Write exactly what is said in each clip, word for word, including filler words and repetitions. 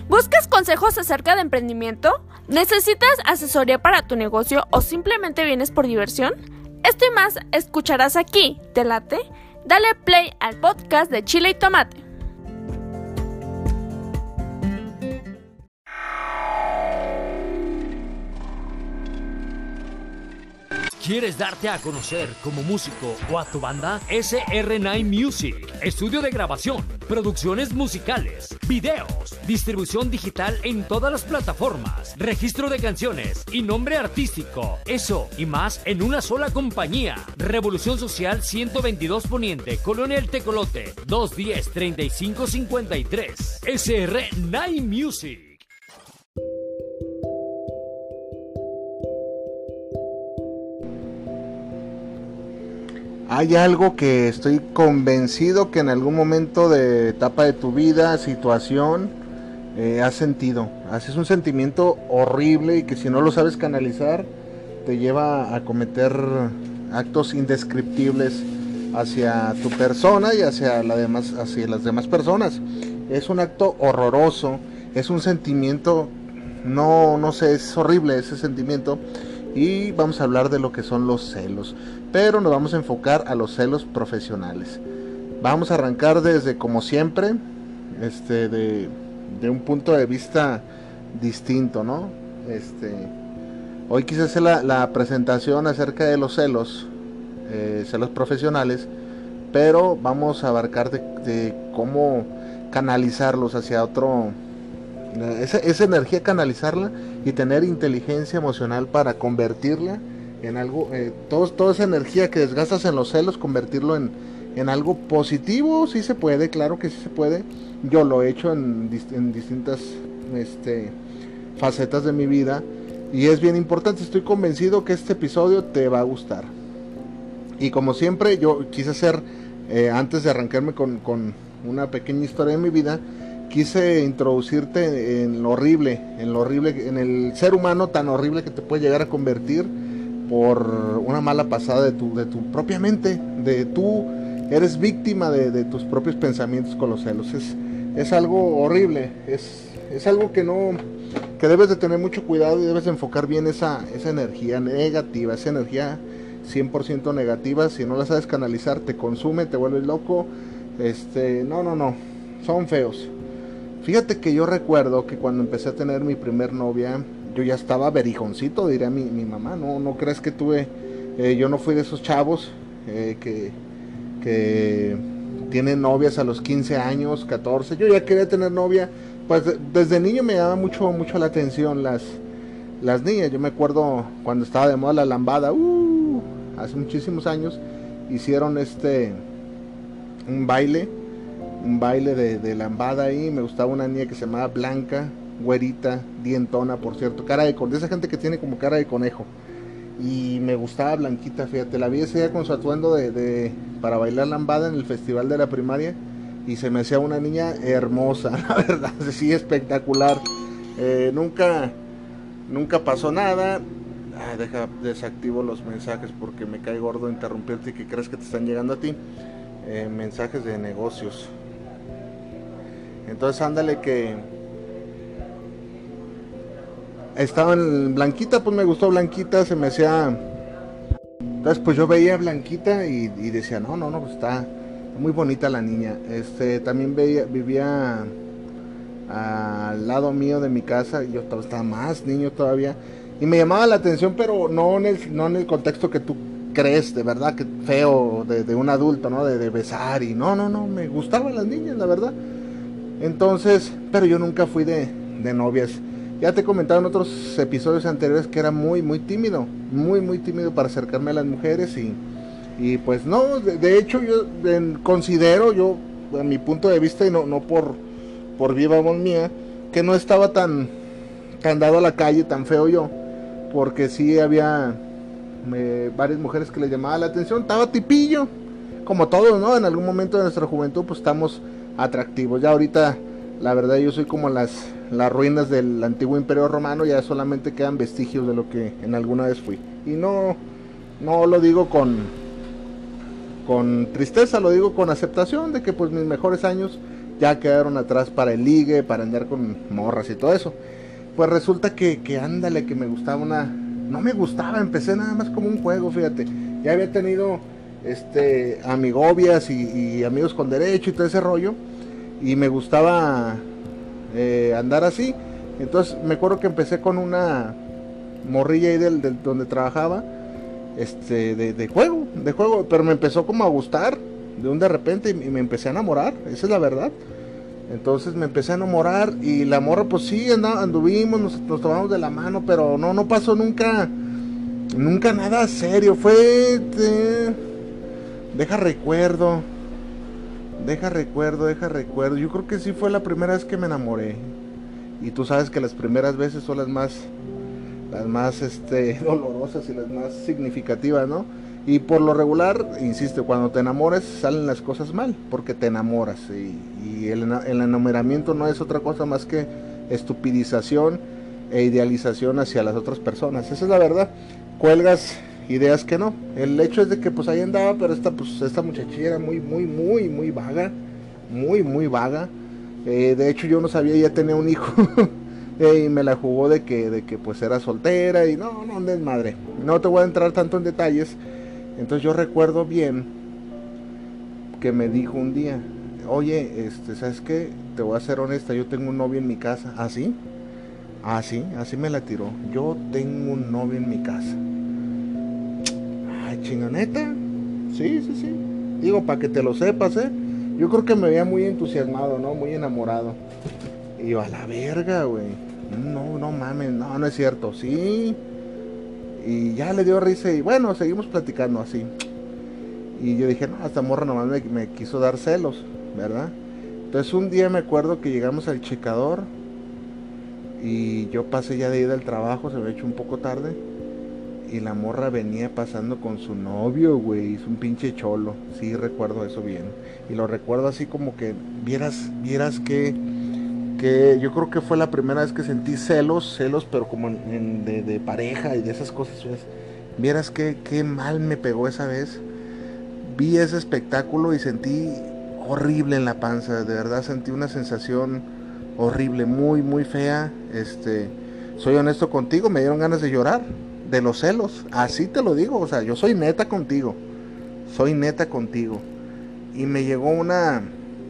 ¿Buscas consejos acerca de emprendimiento? ¿Necesitas asesoría para tu negocio o simplemente vienes por diversión? Esto y más escucharás aquí, ¿te late? Dale play al podcast de Chile y Tomate. ¿Quieres darte a conocer como músico o a tu banda? S R nueve Music, estudio de grabación, producciones musicales, videos, distribución digital en todas las plataformas, registro de canciones y nombre artístico. Eso y más en una sola compañía. Revolución Social ciento veintidós Poniente, Colonia El Tecolote, dos diez, treinta y cinco cincuenta y tres. S R nueve Music. Hay algo que estoy convencido que en algún momento de etapa de tu vida, situación, eh, has sentido. Es un sentimiento horrible y que si no lo sabes canalizar, te lleva a cometer actos indescriptibles hacia tu persona y hacia, la demás, hacia las demás personas. Es un acto horroroso, es un sentimiento, no, no sé, es horrible ese sentimiento. Y vamos a hablar de lo que son los celos, pero nos vamos a enfocar a los celos profesionales. Vamos a arrancar desde, como siempre, este, de, de un punto de vista distinto, ¿no? Este, hoy quise hacer la, la presentación acerca de los celos, eh, celos profesionales, pero vamos a abarcar de, de cómo canalizarlos hacia otro. Esa, esa energía canalizarla y tener inteligencia emocional para convertirla en algo, eh, todo, toda esa energía que desgastas en los celos, convertirlo en, en algo positivo. Sí se puede, claro que sí se puede. Yo lo he hecho en, en distintas este, facetas de mi vida y es bien importante. Estoy convencido que este episodio te va a gustar. Y como siempre, yo quise hacer, eh, antes de arrancarme con, con una pequeña historia de mi vida, quise introducirte en lo horrible, en lo horrible, en el ser humano tan horrible que te puede llegar a convertir por una mala pasada de tu, de tu propia mente, de tú eres víctima de, de tus propios pensamientos con los celos. Es, es algo horrible, es, es algo que no, que debes de tener mucho cuidado y debes de enfocar bien esa, esa energía negativa, esa energía cien por ciento negativa. Si no la sabes canalizar, te consume, te vuelves loco. Este, no, no, no, son feos. Fíjate que yo recuerdo que cuando empecé a tener mi primer novia, yo ya estaba verijoncito, diría mi, mi mamá. No, no crees que tuve, eh, yo no fui de esos chavos eh, que, que tienen novias a los quince años, catorce. Yo ya quería tener novia, pues desde niño me llamaba mucho, mucho la atención las, las niñas. Yo me acuerdo cuando estaba de moda la lambada, uh, hace muchísimos años, hicieron este, un baile. un baile de, de lambada ahí. Me gustaba una niña que se llamaba Blanca, güerita, dientona, por cierto, cara de conejo, de esa gente que tiene como cara de conejo, y me gustaba Blanquita. Fíjate, la vi ese día con su atuendo de, de para bailar lambada en el festival de la primaria y se me hacía una niña hermosa, la verdad, sí, espectacular. eh, nunca nunca pasó nada. Ay, deja, desactivo los mensajes porque me cae gordo interrumpirte y que crees que te están llegando a ti. eh, mensajes de negocios. Entonces ándale que estaba en Blanquita, pues me gustó Blanquita, se me hacía. Entonces pues yo veía a Blanquita y, y decía, no, no, no, pues está muy bonita la niña. Este, también veía, vivía al lado mío de mi casa, y yo estaba más niño todavía, y me llamaba la atención, pero no en el, no en el contexto que tú crees, de verdad, que feo, de, de un adulto, ¿no? De, de besar y no, no, no, me gustaban las niñas, la verdad. Entonces, pero yo nunca fui de, de novias. Ya te he comentado en otros episodios anteriores que era muy, muy tímido, muy, muy tímido para acercarme a las mujeres y, y pues no, de, de hecho yo en, considero, yo, a mi punto de vista y no, no por, por viva voz mía, que no estaba tan, tan dado a la calle, tan feo yo, porque sí había eh, varias mujeres que les llamaba la atención, estaba tipillo, como todos, ¿no? En algún momento de nuestra juventud pues estamos atractivos. Ya ahorita la verdad yo soy como las, las ruinas del antiguo imperio romano, ya solamente quedan vestigios de lo que en alguna vez fui. Y no, no lo digo con, con tristeza, lo digo con aceptación de que pues mis mejores años ya quedaron atrás para el ligue, para andar con morras y todo eso. Pues resulta que, que ándale, que me gustaba una... No me gustaba, empecé nada más como un juego, fíjate. Ya había tenido este amigobias y, y amigos con derecho y todo ese rollo. Y me gustaba eh, andar así. Entonces me acuerdo que empecé con una morrilla ahí del, del donde trabajaba. Este, de, de juego, de juego. Pero me empezó como a gustar de un de repente y me empecé a enamorar. Esa es la verdad. Entonces me empecé a enamorar y la morra pues sí, andaba, anduvimos, nos, nos tomamos de la mano, pero no, no pasó nunca, nunca nada serio, fue, de, deja recuerdo, deja recuerdo, deja recuerdo, yo creo que sí fue la primera vez que me enamoré, y tú sabes que las primeras veces son las más, las más, este, dolorosas y las más significativas, ¿no? Y por lo regular, insisto, cuando te enamores salen las cosas mal, porque te enamoras. Y, y el, el enamoramiento no es otra cosa más que estupidización e idealización hacia las otras personas. Esa es la verdad. Cuelgas ideas que no. El hecho es de que pues ahí andaba, pero esta, pues, esta muchachilla era muy, muy, muy, muy vaga. Muy, muy vaga. Eh, de hecho yo no sabía, ya tenía un hijo. eh, y me la jugó de que, de que pues era soltera y no, no, desmadre. No te voy a entrar tanto en detalles. Entonces yo recuerdo bien que me dijo un día, oye, este, ¿sabes qué? Te voy a ser honesta, yo tengo un novio en mi casa. ¿Ah, sí? Ah, sí, así me la tiró. Yo tengo un novio en mi casa. Ay, chingoneta. Sí, sí, sí. Digo, para que te lo sepas, ¿eh? Yo creo que me veía muy entusiasmado, ¿no? Muy enamorado. Y yo, a la verga, güey. No, no mames, no, no es cierto. Sí. Y ya le dio risa y bueno, seguimos platicando así. Y yo dije, no, esta morra nomás me, me quiso dar celos, ¿verdad? Entonces un día me acuerdo que llegamos al checador y yo pasé ya de ida al trabajo, se me había hecho un poco tarde. Y la morra venía pasando con su novio, güey, es un pinche cholo. Sí, recuerdo eso bien. Y lo recuerdo así como que vieras, vieras que... que yo creo que fue la primera vez que sentí celos, celos, pero como en, en, de, de pareja y de esas cosas. ¿Ves? Vieras que, qué mal me pegó esa vez. Vi ese espectáculo y sentí horrible en la panza, de verdad sentí una sensación horrible, muy, muy fea. Este, soy honesto contigo, me dieron ganas de llorar, de los celos, así te lo digo, o sea, yo soy neta contigo, soy neta contigo. Y me llegó una...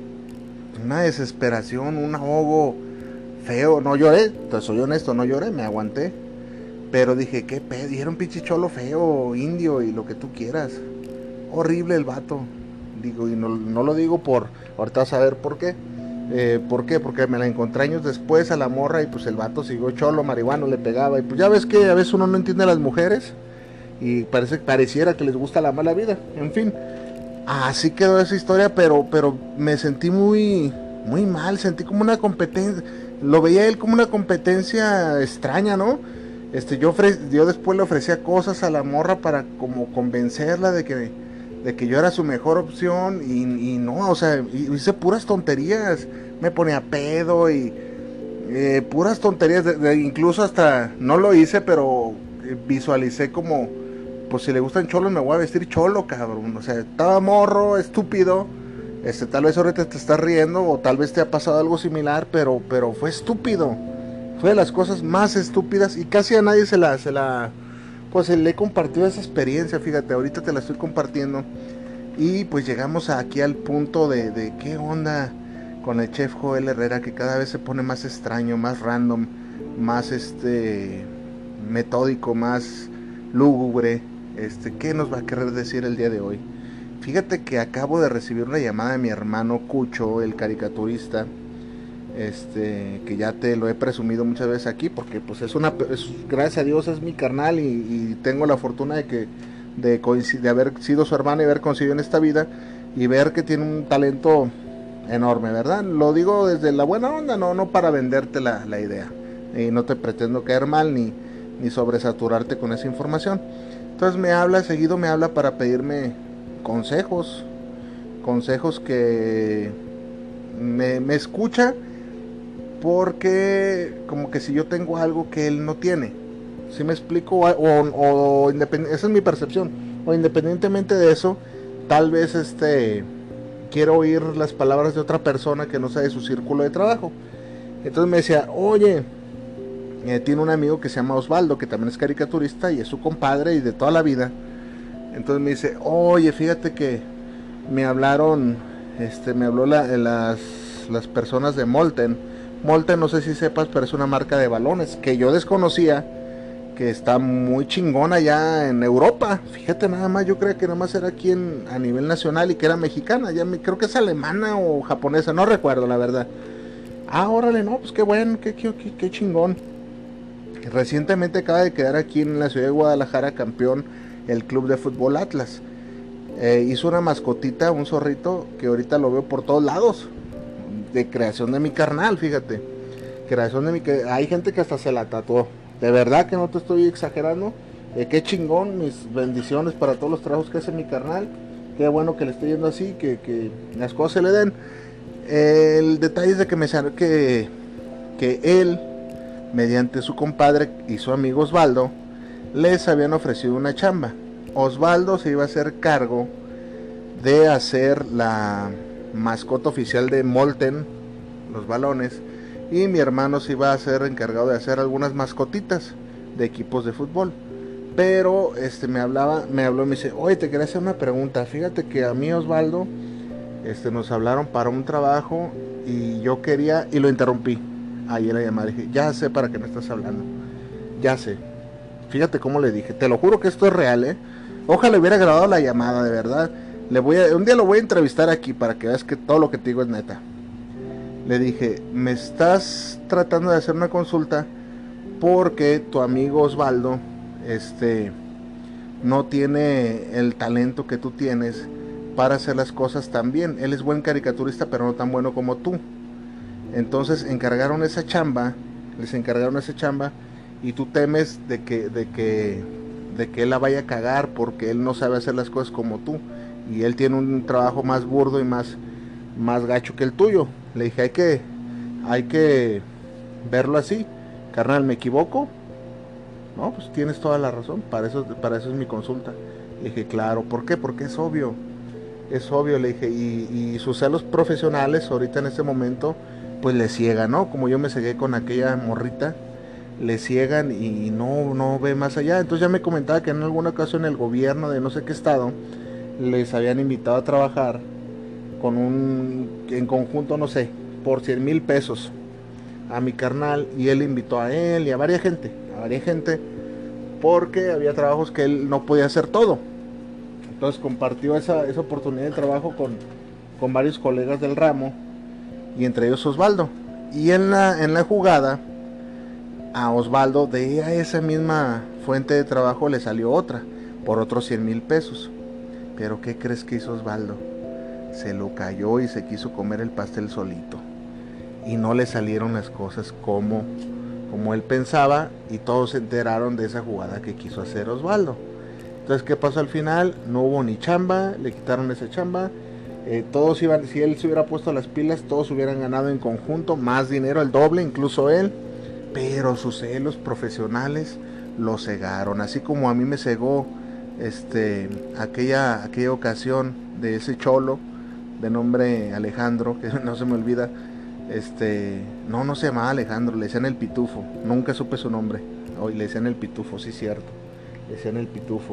una desesperación, un ahogo feo. No lloré, te soy honesto, no lloré, me aguanté. Pero dije, qué pedo, y era un pinche cholo feo, indio y lo que tú quieras. Horrible el vato. Digo, y no, no lo digo por, ahorita vas a ver por qué. Eh, ¿Por qué? Porque me la encontré años después a la morra y pues el vato siguió cholo, marihuano, le pegaba. Y pues ya ves que a veces uno no entiende a las mujeres y parece, pareciera que les gusta la mala vida. En fin. Así quedó esa historia, pero, pero me sentí muy, muy mal, sentí como una competencia, lo veía él como una competencia extraña, ¿no? Este, yo, ofre, yo después le ofrecía cosas a la morra para como convencerla de que, de que yo era su mejor opción y, y no, o sea, hice puras tonterías, me ponía pedo y eh, puras tonterías, de, de, incluso hasta, no lo hice, pero visualicé como... pues si le gustan cholos me voy a vestir cholo, cabrón. O sea, estaba morro, estúpido. Este, tal vez ahorita te estás riendo o tal vez te ha pasado algo similar, pero, pero fue estúpido. Fue de las cosas más estúpidas y casi a nadie se la, se la, pues le he compartido esa experiencia, fíjate, ahorita te la estoy compartiendo. Y pues llegamos aquí al punto de, de qué onda con el chef Joel Herrera, que cada vez se pone más extraño, más random, más este, metódico, más lúgubre. Este, ¿qué nos va a querer decir el día de hoy? Fíjate que acabo de recibir una llamada de mi hermano Cucho, el caricaturista, este, que ya te lo he presumido muchas veces aquí, porque pues es una, es, gracias a Dios es mi carnal y, y tengo la fortuna de que de, de haber sido su hermano y haber coincidido en esta vida y ver que tiene un talento enorme, ¿verdad? Lo digo desde la buena onda, no, no para venderte la, la idea, y no te pretendo caer mal ni, ni sobresaturarte con esa información. Entonces me habla, seguido me habla para pedirme consejos, consejos que me, me escucha porque como que si yo tengo algo que él no tiene, ¿sí me explico? O, o, o esa es mi percepción, o independientemente de eso, tal vez este quiero oír las palabras de otra persona que no sea de su círculo de trabajo. Entonces me decía, oye, eh, tiene un amigo que se llama Osvaldo, que también es caricaturista y es su compadre y de toda la vida. Entonces me dice, oye, fíjate que me hablaron, este, me habló la, las, las personas de Molten. Molten, no sé si sepas, pero es una marca de balones que yo desconocía, que está muy chingona allá en Europa. Fíjate nada más, yo creo que nada más era aquí en, a nivel nacional y que era mexicana. Ya me, creo que es alemana o japonesa, no recuerdo la verdad. Ah, órale, no, pues qué bueno, qué, qué, qué, qué chingón. Recientemente acaba de quedar aquí en la ciudad de Guadalajara campeón el club de fútbol Atlas. Eh, hizo una mascotita, un zorrito, que ahorita lo veo por todos lados. De creación de mi carnal, fíjate. Creación de mi... Hay gente que hasta se la tatuó. De verdad que no te estoy exagerando. Eh, qué chingón, mis bendiciones para todos los trabajos que hace mi carnal. Qué bueno que le esté yendo así, que, que las cosas se le den. Eh, el detalle es de que me salió que, que él, mediante su compadre y su amigo Osvaldo, les habían ofrecido una chamba. Osvaldo se iba a hacer cargo de hacer la mascota oficial de Molten, los balones, y mi hermano se iba a ser encargado de hacer algunas mascotitas de equipos de fútbol. Pero este me hablaba, me habló y me dice, oye, te quería hacer una pregunta. Fíjate que a mí, Osvaldo, este, nos hablaron para un trabajo y yo quería, y lo interrumpí. Ahí en la llamada dije, ya sé para qué me estás hablando. Ya sé. Fíjate cómo le dije, te lo juro que esto es real, eh. Ojalá hubiera grabado la llamada, de verdad. Le voy a, un día lo voy a entrevistar aquí para que veas que todo lo que te digo es neta. Le dije, me estás tratando de hacer una consulta porque tu amigo Osvaldo este, no tiene el talento que tú tienes para hacer las cosas tan bien. Él es buen caricaturista, pero no tan bueno como tú. Entonces encargaron esa chamba, les encargaron esa chamba y tú temes de que, de que, de que él la vaya a cagar porque él no sabe hacer las cosas como tú. Y él tiene un trabajo más burdo y más, más gacho que el tuyo. Le dije, hay que, hay que verlo así. Carnal, ¿me equivoco? No, pues tienes toda la razón. Para eso, para eso es mi consulta. Le dije, claro, ¿por qué? Porque es obvio. Es obvio, le dije. Y, y sus celos profesionales ahorita en este momento, pues le ciegan, ¿no? Como yo me cegué con aquella morrita, le ciegan y no, no ve más allá. Entonces ya me comentaba que en alguna ocasión el gobierno de no sé qué estado les habían invitado a trabajar con un, en conjunto, no sé, por cien mil pesos a mi carnal, y él invitó a él y a varias gente, a varias gente, porque había trabajos que él no podía hacer todo. Entonces compartió esa, esa oportunidad de trabajo con, con varios colegas del ramo, y entre ellos Osvaldo. Y en la, en la jugada, a Osvaldo de esa misma fuente de trabajo le salió otra, por otros cien mil pesos. Pero ¿qué crees que hizo Osvaldo? Se lo cayó y se quiso comer el pastel solito. Y no le salieron las cosas como, como él pensaba, y todos se enteraron de esa jugada que quiso hacer Osvaldo. Entonces, ¿qué pasó al final? No hubo ni chamba, le quitaron esa chamba. Eh, todos iban, si él se hubiera puesto las pilas, todos hubieran ganado en conjunto más dinero, el doble, incluso él. Pero sus celos profesionales lo cegaron, así como a mí me cegó este aquella aquella ocasión de ese cholo de nombre Alejandro, que no se me olvida. Este, no, no se llamaba Alejandro, le decían el Pitufo, nunca supe su nombre. Hoy le decían el Pitufo, sí, cierto, le decían el Pitufo.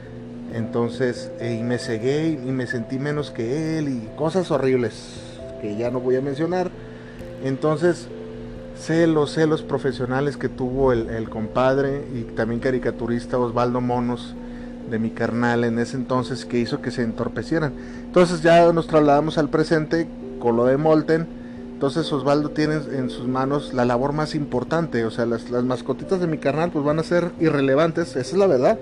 Entonces, eh, y me cegué y me sentí menos que él y cosas horribles que ya no voy a mencionar. Entonces, celos, celos profesionales que tuvo el, el compadre y también caricaturista Osvaldo Monos, de mi carnal en ese entonces, que hizo que se entorpecieran. Entonces ya nos trasladamos al presente con lo de Molten. Entonces Osvaldo tiene en sus manos la labor más importante, o sea, las, las mascotitas de mi carnal pues van a ser irrelevantes, esa es la verdad,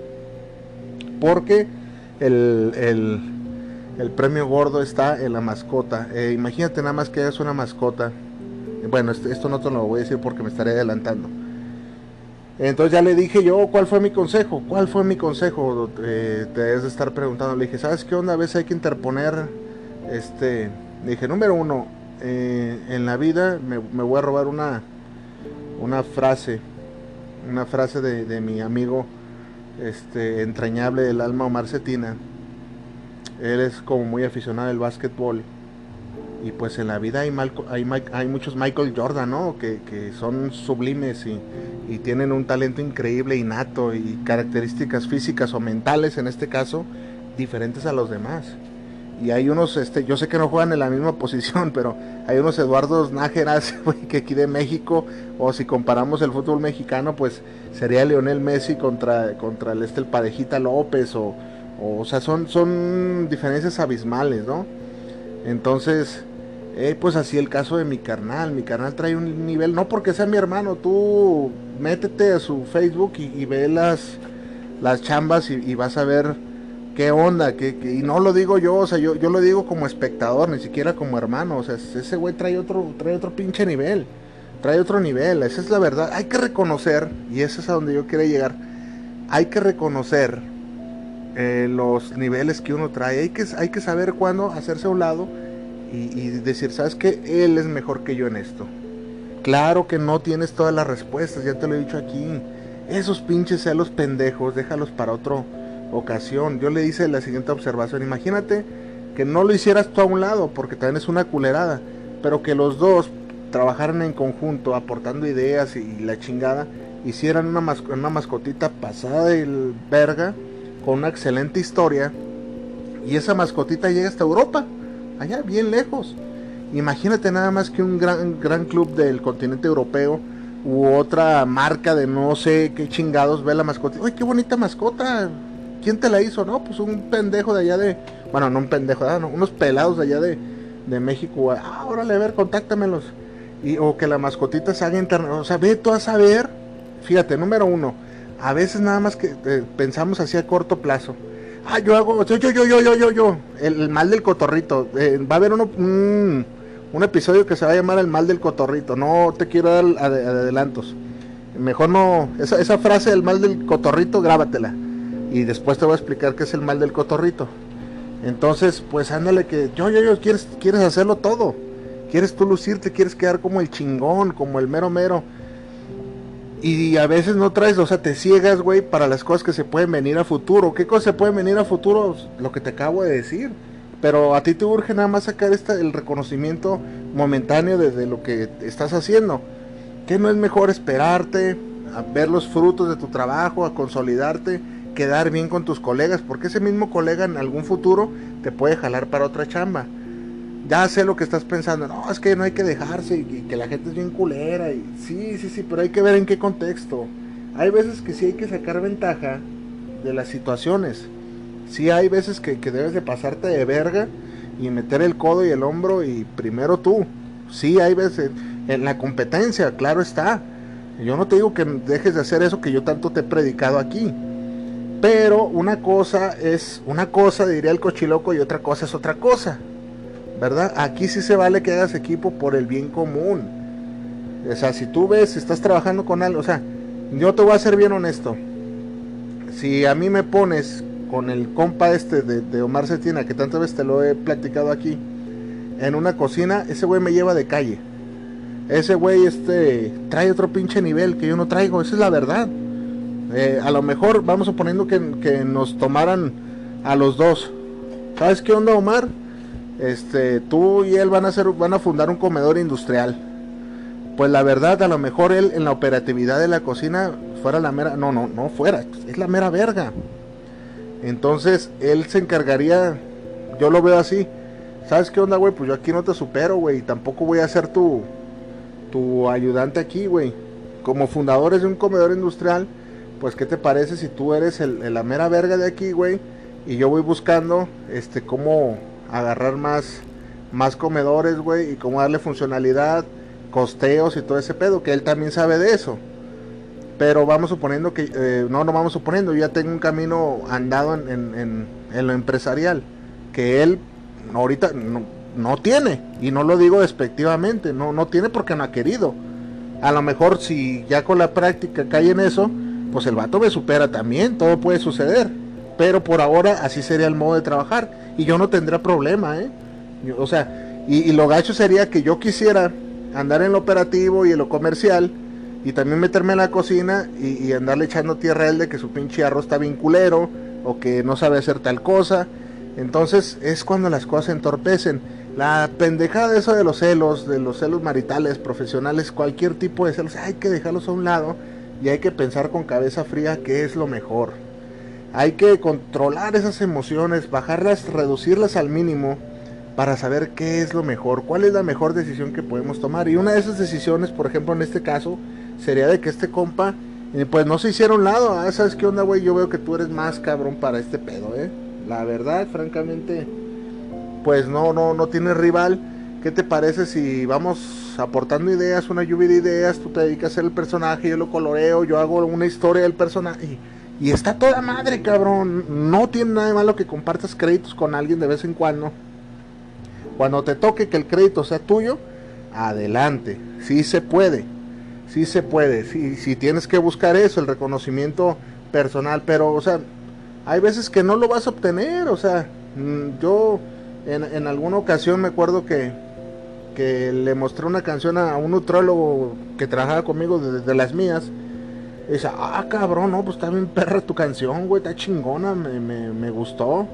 porque el, el, el premio gordo está en la mascota. Eh, imagínate nada más que hagas una mascota. Bueno, esto, esto no te lo voy a decir porque me estaré adelantando. Entonces ya le dije yo, ¿cuál fue mi consejo? ¿Cuál fue mi consejo? Eh, te debes de estar preguntando. Le dije, ¿sabes qué onda? A veces hay que interponer, este, le dije, número uno, eh, en la vida me, me voy a robar una, una frase, una frase de, de mi amigo, este, entrañable del alma, Omar Cetina. Él es como muy aficionado al básquetbol y pues en la vida hay, mal, hay, hay muchos Michael Jordan, ¿no? Que, que son sublimes y, y tienen un talento increíble, innato, y características físicas o mentales en este caso, diferentes a los demás. Y hay unos, este, yo sé que no juegan en la misma posición, pero hay unos Eduardos Nájeras, que aquí de México, o si comparamos el fútbol mexicano, pues sería Lionel Messi contra, contra el, este, el Parejita López, o, o, o sea, son, son diferencias abismales, ¿no? Entonces, eh, pues así el caso de mi carnal, mi carnal trae un nivel, no porque sea mi hermano, tú métete a su Facebook y, y ve las, las chambas y, y vas a ver qué onda, que, que, y no lo digo yo, o sea, yo, yo lo digo como espectador, ni siquiera como hermano, o sea, ese güey trae otro, trae otro pinche nivel, trae otro nivel, esa es la verdad, hay que reconocer, y eso es a donde yo quiero llegar, hay que reconocer eh, los niveles que uno trae, hay que, hay que saber cuándo hacerse a un lado y, y decir, ¿sabes qué? Él es mejor que yo en esto. Claro que no tienes todas las respuestas, ya te lo he dicho aquí, esos pinches celos pendejos, déjalos para otro ocasión. Yo le hice la siguiente observación, imagínate que no lo hicieras tú a un lado, porque también es una culerada, pero que los dos trabajaran en conjunto, aportando ideas y la chingada, hicieran una, mas una mascotita pasada del verga, con una excelente historia, y esa mascotita llega hasta Europa, allá bien lejos. Imagínate nada más que un gran, gran club del continente europeo u otra marca de no sé qué chingados ve la mascota, uy, qué bonita mascota, ¿quién te la hizo? No, pues un pendejo de allá de, bueno, no un pendejo, ah, no, unos pelados de allá de, de México, ah, órale, a ver, contáctamelos, y, o que la mascotita se haga interna, o sea, ve tú a saber, fíjate, número uno, a veces nada más que eh, pensamos así a corto plazo, ah, yo hago, yo, yo, yo, yo, yo, yo, yo, el, el mal del cotorrito, eh, va a haber uno, mmm, un episodio que se va a llamar el mal del cotorrito, no te quiero dar ad adelantos, mejor no, esa, esa frase del mal del cotorrito, grábatela, y después te voy a explicar qué es el mal del cotorrito. Entonces, pues ándale que yo, yo, yo, quieres, quieres hacerlo todo, quieres tú lucirte, quieres quedar como el chingón, como el mero mero, y a veces no traes, o sea, te ciegas, güey, para las cosas que se pueden venir a futuro. ¿Qué cosas se pueden venir a futuro? Lo que te acabo de decir. Pero a ti te urge nada más sacar esta, el reconocimiento momentáneo de, de lo que estás haciendo. ¿Qué no es mejor esperarte a ver los frutos de tu trabajo, a consolidarte, quedar bien con tus colegas? Porque ese mismo colega en algún futuro te puede jalar para otra chamba. Ya sé lo que estás pensando, no, es que no hay que dejarse, y, y que la gente es bien culera, y sí, sí, sí, pero hay que ver en qué contexto. Hay veces que sí hay que sacar ventaja de las situaciones. Sí hay veces que, que debes de pasarte de verga y meter el codo y el hombro y primero tú. Sí hay veces en la competencia, claro está. Yo no te digo que dejes de hacer eso que yo tanto te he predicado aquí. Pero una cosa es una cosa, diría el cochiloco, y otra cosa es otra cosa, ¿verdad? Aquí sí se vale que hagas equipo por el bien común. O sea, si tú ves, si estás trabajando con algo, o sea, yo te voy a ser bien honesto. Si a mí me pones con el compa este de, de Omar Cetina, que tantas veces te lo he platicado aquí, en una cocina, ese güey me lleva de calle. Ese güey este trae otro pinche nivel que yo no traigo, esa es la verdad. Eh, a lo mejor vamos suponiendo que, que nos tomaran a los dos. ¿Sabes qué onda, Omar? Este, tú y él van a hacer, van a fundar un comedor industrial. Pues la verdad, a lo mejor él en la operatividad de la cocina fuera la mera, no, no, no fuera, es la mera verga. Entonces él se encargaría, yo lo veo así. ¿Sabes qué onda, güey? Pues yo aquí no te supero, güey, tampoco voy a ser tu tu ayudante aquí, güey. Como fundadores de un comedor industrial, pues qué te parece si tú eres el, el la mera verga de aquí, güey, y yo voy buscando este cómo agarrar más más comedores, güey, y cómo darle funcionalidad, costeos y todo ese pedo, que él también sabe de eso. Pero vamos suponiendo que, eh, no, no vamos suponiendo, yo ya tengo un camino andado en, en, en, en lo empresarial, que él ahorita no, no tiene, y no lo digo despectivamente, no, no tiene porque no ha querido. A lo mejor si ya con la práctica cae en eso, pues el vato me supera también, todo puede suceder. Pero por ahora así sería el modo de trabajar, y yo no tendría problema, ¿eh? Yo, o sea, y, y lo gacho sería que yo quisiera andar en lo operativo y en lo comercial, y también meterme en la cocina y, y andarle echando tierra a él de que su pinche arroz está bien culero, o que no sabe hacer tal cosa. Entonces es cuando las cosas se entorpecen. La pendejada de eso de los celos, de los celos maritales, profesionales, cualquier tipo de celos, hay que dejarlos a un lado y hay que pensar con cabeza fría qué es lo mejor. Hay que controlar esas emociones, bajarlas, reducirlas al mínimo para saber qué es lo mejor, cuál es la mejor decisión que podemos tomar. Y una de esas decisiones, por ejemplo, en este caso, sería de que este compa, pues no se hiciera a un lado. Ah, ¿sabes qué onda, güey? Yo veo que tú eres más cabrón para este pedo, ¿eh? La verdad, francamente, pues no, no, no tienes rival. ¿Qué te parece si vamos aportando ideas, una lluvia de ideas? Tú te dedicas a hacer el personaje, yo lo coloreo, yo hago una historia del personaje. Y, y está toda madre, cabrón. No tiene nada de malo que compartas créditos con alguien de vez en cuando. Cuando te toque que el crédito sea tuyo, adelante. Sí se puede. Sí se puede. Sí, sí tienes que buscar eso, el reconocimiento personal. Pero, o sea, hay veces que no lo vas a obtener. O sea, yo en, en alguna ocasión me acuerdo que, que le mostré una canción a un nutrólogo que trabajaba conmigo de, de las mías. Y dice, ah, cabrón, no, pues está bien perra tu canción, güey, está chingona, me, me, me gustó.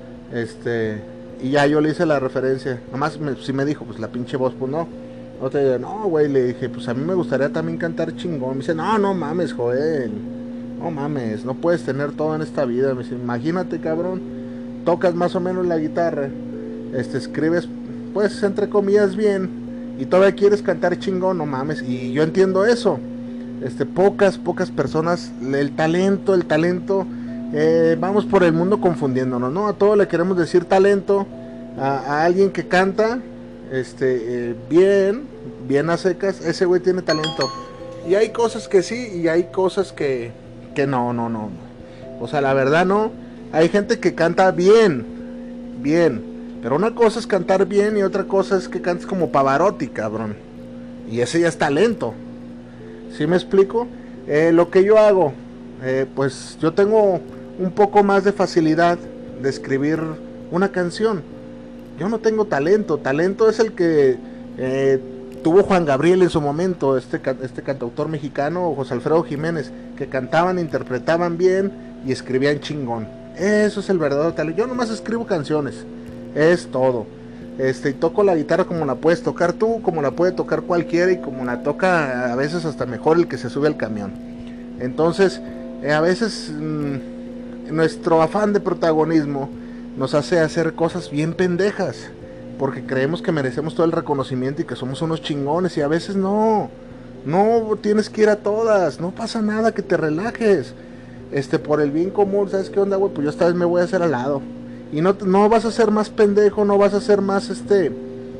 Este, y ya yo le hice la referencia. Nomás me, sí me dijo, pues la pinche voz, pues no. No te digo, no, güey, le dije, pues a mí me gustaría también cantar chingón. Me dice, no, no mames, Joel. No mames, no puedes tener todo en esta vida. Me dice, imagínate, cabrón, tocas más o menos la guitarra, este, escribes, pues, entre comillas, bien, y todavía quieres cantar chingón, no mames. Y yo entiendo eso. Este, pocas, pocas personas, el talento, el talento, eh, vamos por el mundo confundiéndonos, ¿no? A todos le queremos decir talento, a, a alguien que canta, este, eh, bien, bien a secas, ese güey tiene talento. Y hay cosas que sí, y hay cosas que, que no, no, no. O sea, la verdad no. Hay gente que canta bien, bien, pero una cosa es cantar bien y otra cosa es que cantes como Pavarotti, cabrón. Y ese ya es talento. ¿Sí me explico? Eh, lo que yo hago, eh, pues yo tengo un poco más de facilidad de escribir una canción. Yo no tengo talento. Talento es el que eh, tuvo Juan Gabriel en su momento, este, este cantautor mexicano, José Alfredo Jiménez, que cantaban, interpretaban bien y escribían chingón. Eso es el verdadero talento. Yo nomás escribo canciones, es todo. Este, y toco la guitarra como la puedes tocar tú, como la puede tocar cualquiera y como la toca a veces hasta mejor el que se sube al camión. Entonces, eh, a veces mmm, nuestro afán de protagonismo nos hace hacer cosas bien pendejas, porque creemos que merecemos todo el reconocimiento y que somos unos chingones, y a veces no, no tienes que ir a todas, no pasa nada, que te relajes, este, por el bien común. ¿Sabes qué onda, güey? Pues yo esta vez me voy a hacer al lado. Y no, no vas a ser más pendejo, no vas a ser más este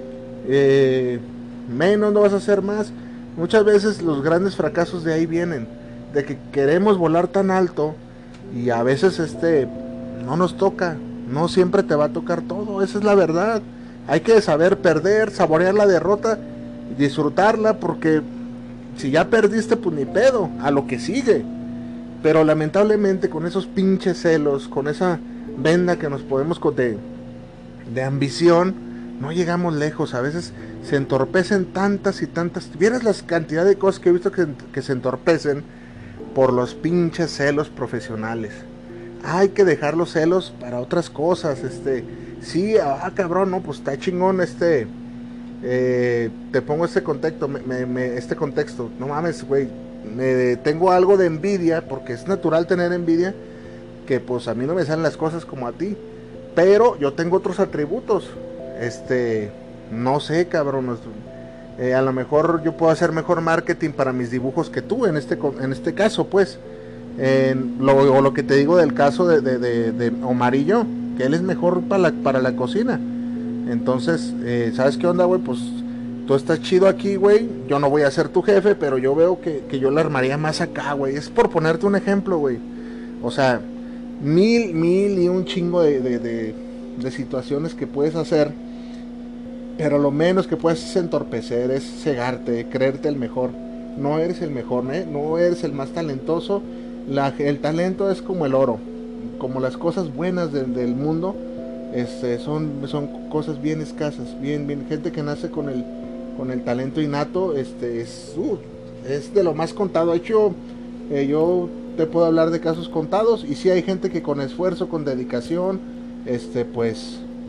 eh, menos, no vas a ser más. Muchas veces los grandes fracasos de ahí vienen, de que queremos volar tan alto y a veces este no nos toca, no siempre te va a tocar todo, esa es la verdad. Hay que saber perder, saborear la derrota y disfrutarla, porque si ya perdiste, pues ni pedo, a lo que sigue. Pero lamentablemente con esos pinches celos, con esa venda que nos podemos de, de ambición, no llegamos lejos. A veces se entorpecen tantas y tantas. Vieras la cantidad de cosas que he visto que, que se entorpecen por los pinches celos profesionales. Hay que dejar los celos para otras cosas. Este, sí, ah, cabrón, no, pues está chingón, este, eh, te pongo este contexto, me, me, me, este contexto, no mames, güey, me, tengo algo de envidia, porque es natural tener envidia, que pues a mí no me salen las cosas como a ti, pero yo tengo otros atributos, este, no sé, cabrón, eh, a lo mejor yo puedo hacer mejor marketing para mis dibujos que tú, en este, en este caso, pues, en lo, o lo que te digo del caso de, de, de, de Omarillo, que él es mejor para la, para la cocina. Entonces, eh, ¿sabes qué onda, güey? Pues tú estás chido aquí, güey, yo no voy a ser tu jefe, pero yo veo que, que yo la armaría más acá, güey. Es por ponerte un ejemplo, güey. O sea, mil, mil y un chingo de, de, de, de situaciones que puedes hacer, pero lo menos que puedes es entorpecer, es cegarte, creerte el mejor. No eres el mejor, ¿eh? No eres el más talentoso. La, el talento es como el oro, como las cosas buenas de, del mundo, este, son, son cosas bien escasas, bien, bien, gente que nace con el, con el talento innato, este, es, uh, es de lo más contado. De hecho, eh, yo te puedo hablar de casos contados, y sí hay gente que con esfuerzo, con dedicación, este, pues,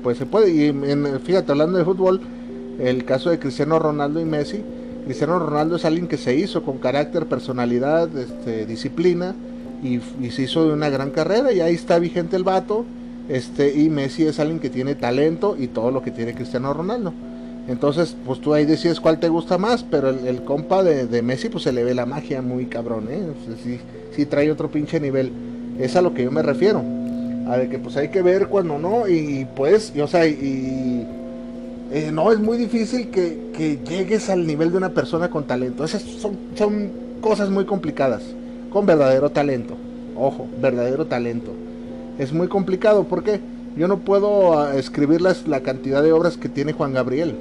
puede, se puede. Y en, fíjate, hablando de fútbol, el caso de Cristiano Ronaldo y Messi. Cristiano Ronaldo es alguien que se hizo con carácter, personalidad, este, disciplina, y, y se hizo de una gran carrera, y ahí está vigente el vato. Este, y Messi es alguien que tiene talento y todo lo que tiene Cristiano Ronaldo. Entonces, pues tú ahí decides cuál te gusta más, pero el, el compa de, de Messi, pues se le ve la magia muy cabrón, ¿eh? O sea, sí, sí trae otro pinche nivel. Es a lo que yo me refiero. A de que pues hay que ver cuando no, y pues, y, o sea, y... Eh, no, es muy difícil que, que llegues al nivel de una persona con talento. Esas son, son cosas muy complicadas. Con verdadero talento. Ojo, verdadero talento. Es muy complicado porque yo no puedo uh, escribir las, la cantidad de obras que tiene Juan Gabriel.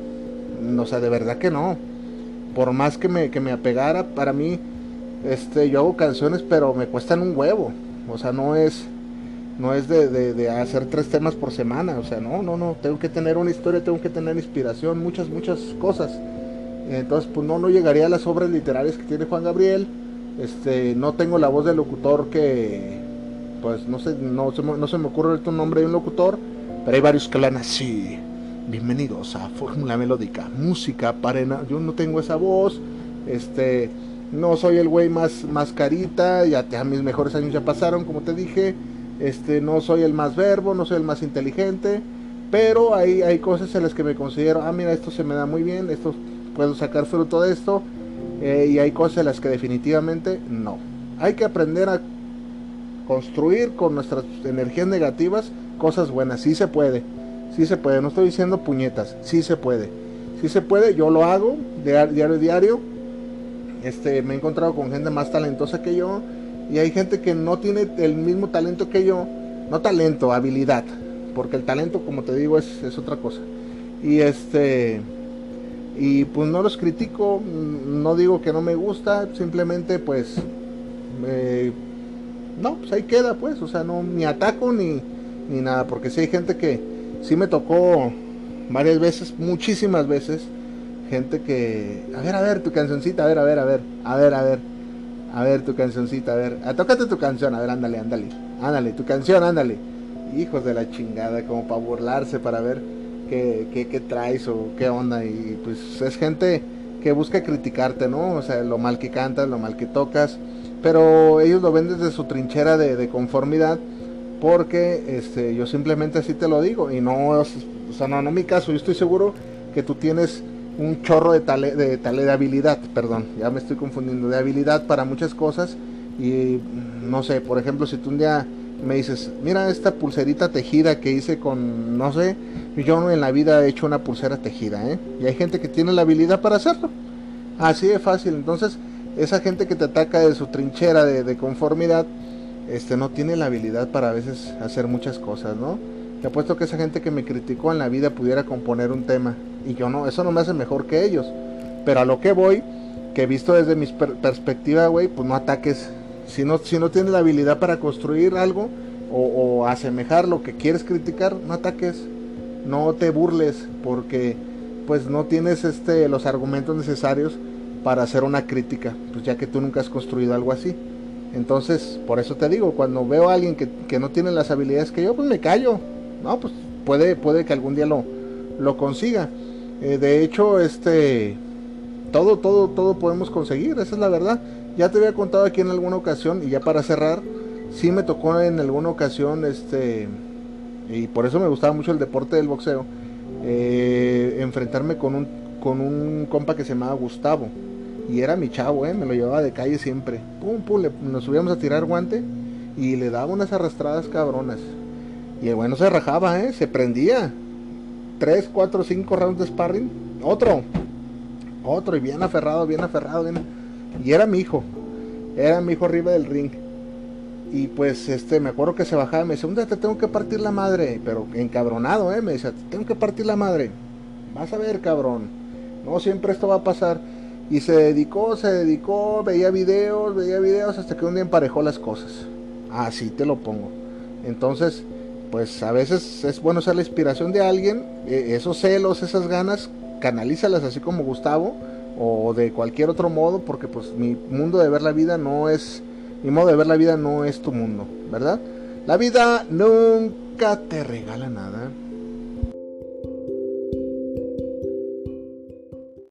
O sea, de verdad que no. Por más que me, que me apegara, para mí, este, yo hago canciones, pero me cuestan un huevo. O sea, no es... No es de, de, de hacer tres temas por semana, o sea, no, no, no, tengo que tener una historia, tengo que tener inspiración, muchas, muchas cosas. Entonces, pues no, no llegaría a las obras literarias que tiene Juan Gabriel. Este, no tengo la voz del locutor que, pues no sé, no, no se me ocurre ahorita un nombre de un locutor, pero hay varios que hablan así. Bienvenidos a Fórmula Melódica, música para... Yo no tengo esa voz, este, no soy el güey más, más carita, ya, ya mis mejores años ya pasaron, como te dije. Este, no soy el más verbo, no soy el más inteligente, pero hay, hay cosas en las que me considero, ah, mira, esto se me da muy bien, esto puedo sacar fruto de esto, eh, y hay cosas en las que definitivamente no. Hay que aprender a construir con nuestras energías negativas cosas buenas. Sí se puede, sí se puede, no estoy diciendo puñetas, sí se puede, sí se puede, yo lo hago diario, diario. Este, me he encontrado con gente más talentosa que yo, y hay gente que no tiene el mismo talento que yo, no talento, habilidad, porque el talento, como te digo, es, es otra cosa. Y este, y pues no los critico, no digo que no me gusta, simplemente pues, eh, no, pues ahí queda pues, o sea, no, ni ataco ni, ni nada, porque sí hay gente que sí me tocó varias veces, muchísimas veces, gente que, a ver, a ver, tu cancioncita, a ver, a ver, a ver, a ver, a ver. A ver tu cancioncita, a ver, a, tócate tu canción, a ver, ándale, ándale, ándale, tu canción, ándale. Hijos de la chingada, como para burlarse, para ver qué, qué, qué traes o qué onda. Y pues es gente que busca criticarte, ¿no? O sea, lo mal que cantas, lo mal que tocas, pero ellos lo ven desde su trinchera de, de conformidad, porque este, yo simplemente así te lo digo, y no, o sea, no, no mi caso, yo estoy seguro que tú tienes un chorro de tale, de tale de habilidad, perdón, ya me estoy confundiendo, de habilidad para muchas cosas. Y no sé, por ejemplo, si tú un día me dices, mira esta pulserita tejida que hice con, no sé, yo en la vida he hecho una pulsera tejida, ¿eh? Y hay gente que tiene la habilidad para hacerlo, así de fácil. Entonces, esa gente que te ataca de su trinchera de, de conformidad, este, no tiene la habilidad para a veces hacer muchas cosas, ¿no? Te apuesto que esa gente que me criticó en la vida pudiera componer un tema, y yo no, eso no me hace mejor que ellos. Pero a lo que voy, que visto desde mi per perspectiva, güey, pues no ataques. Si no, si no tienes la habilidad para construir algo o, o asemejar lo que quieres criticar, no ataques, no te burles, porque pues no tienes este los argumentos necesarios para hacer una crítica, pues ya que tú nunca has construido algo así. Entonces, por eso te digo, cuando veo a alguien que, que no tiene las habilidades que yo, pues me callo. No, pues puede, puede que algún día lo, lo consiga. Eh, de hecho, este, todo, todo, todo podemos conseguir, esa es la verdad. Ya te había contado aquí en alguna ocasión, y ya para cerrar, sí me tocó en alguna ocasión, este, y por eso me gustaba mucho el deporte del boxeo, eh, enfrentarme con un, con un compa que se llamaba Gustavo, y era mi chavo, eh, me lo llevaba de calle siempre, pum, pum, le, nos subíamos a tirar guante, y le daba unas arrastradas cabronas, y el bueno se rajaba, eh, se prendía, tres, cuatro, cinco rounds de sparring, otro, otro, y bien aferrado, bien aferrado, bien, y era mi hijo, era mi hijo arriba del ring. Y pues este, me acuerdo que se bajaba y me decía, un día te tengo que partir la madre, pero encabronado, eh, me decía, te tengo que partir la madre, vas a ver, cabrón, no siempre esto va a pasar. Y se dedicó, se dedicó, veía videos, veía videos, hasta que un día emparejó las cosas. Así te lo pongo. Entonces, pues a veces es bueno ser la inspiración de alguien, eh, esos celos, esas ganas, canalízalas así como Gustavo, o de cualquier otro modo, porque pues mi mundo de ver la vida no es, mi modo de ver la vida no es tu mundo, ¿verdad? La vida nunca te regala nada.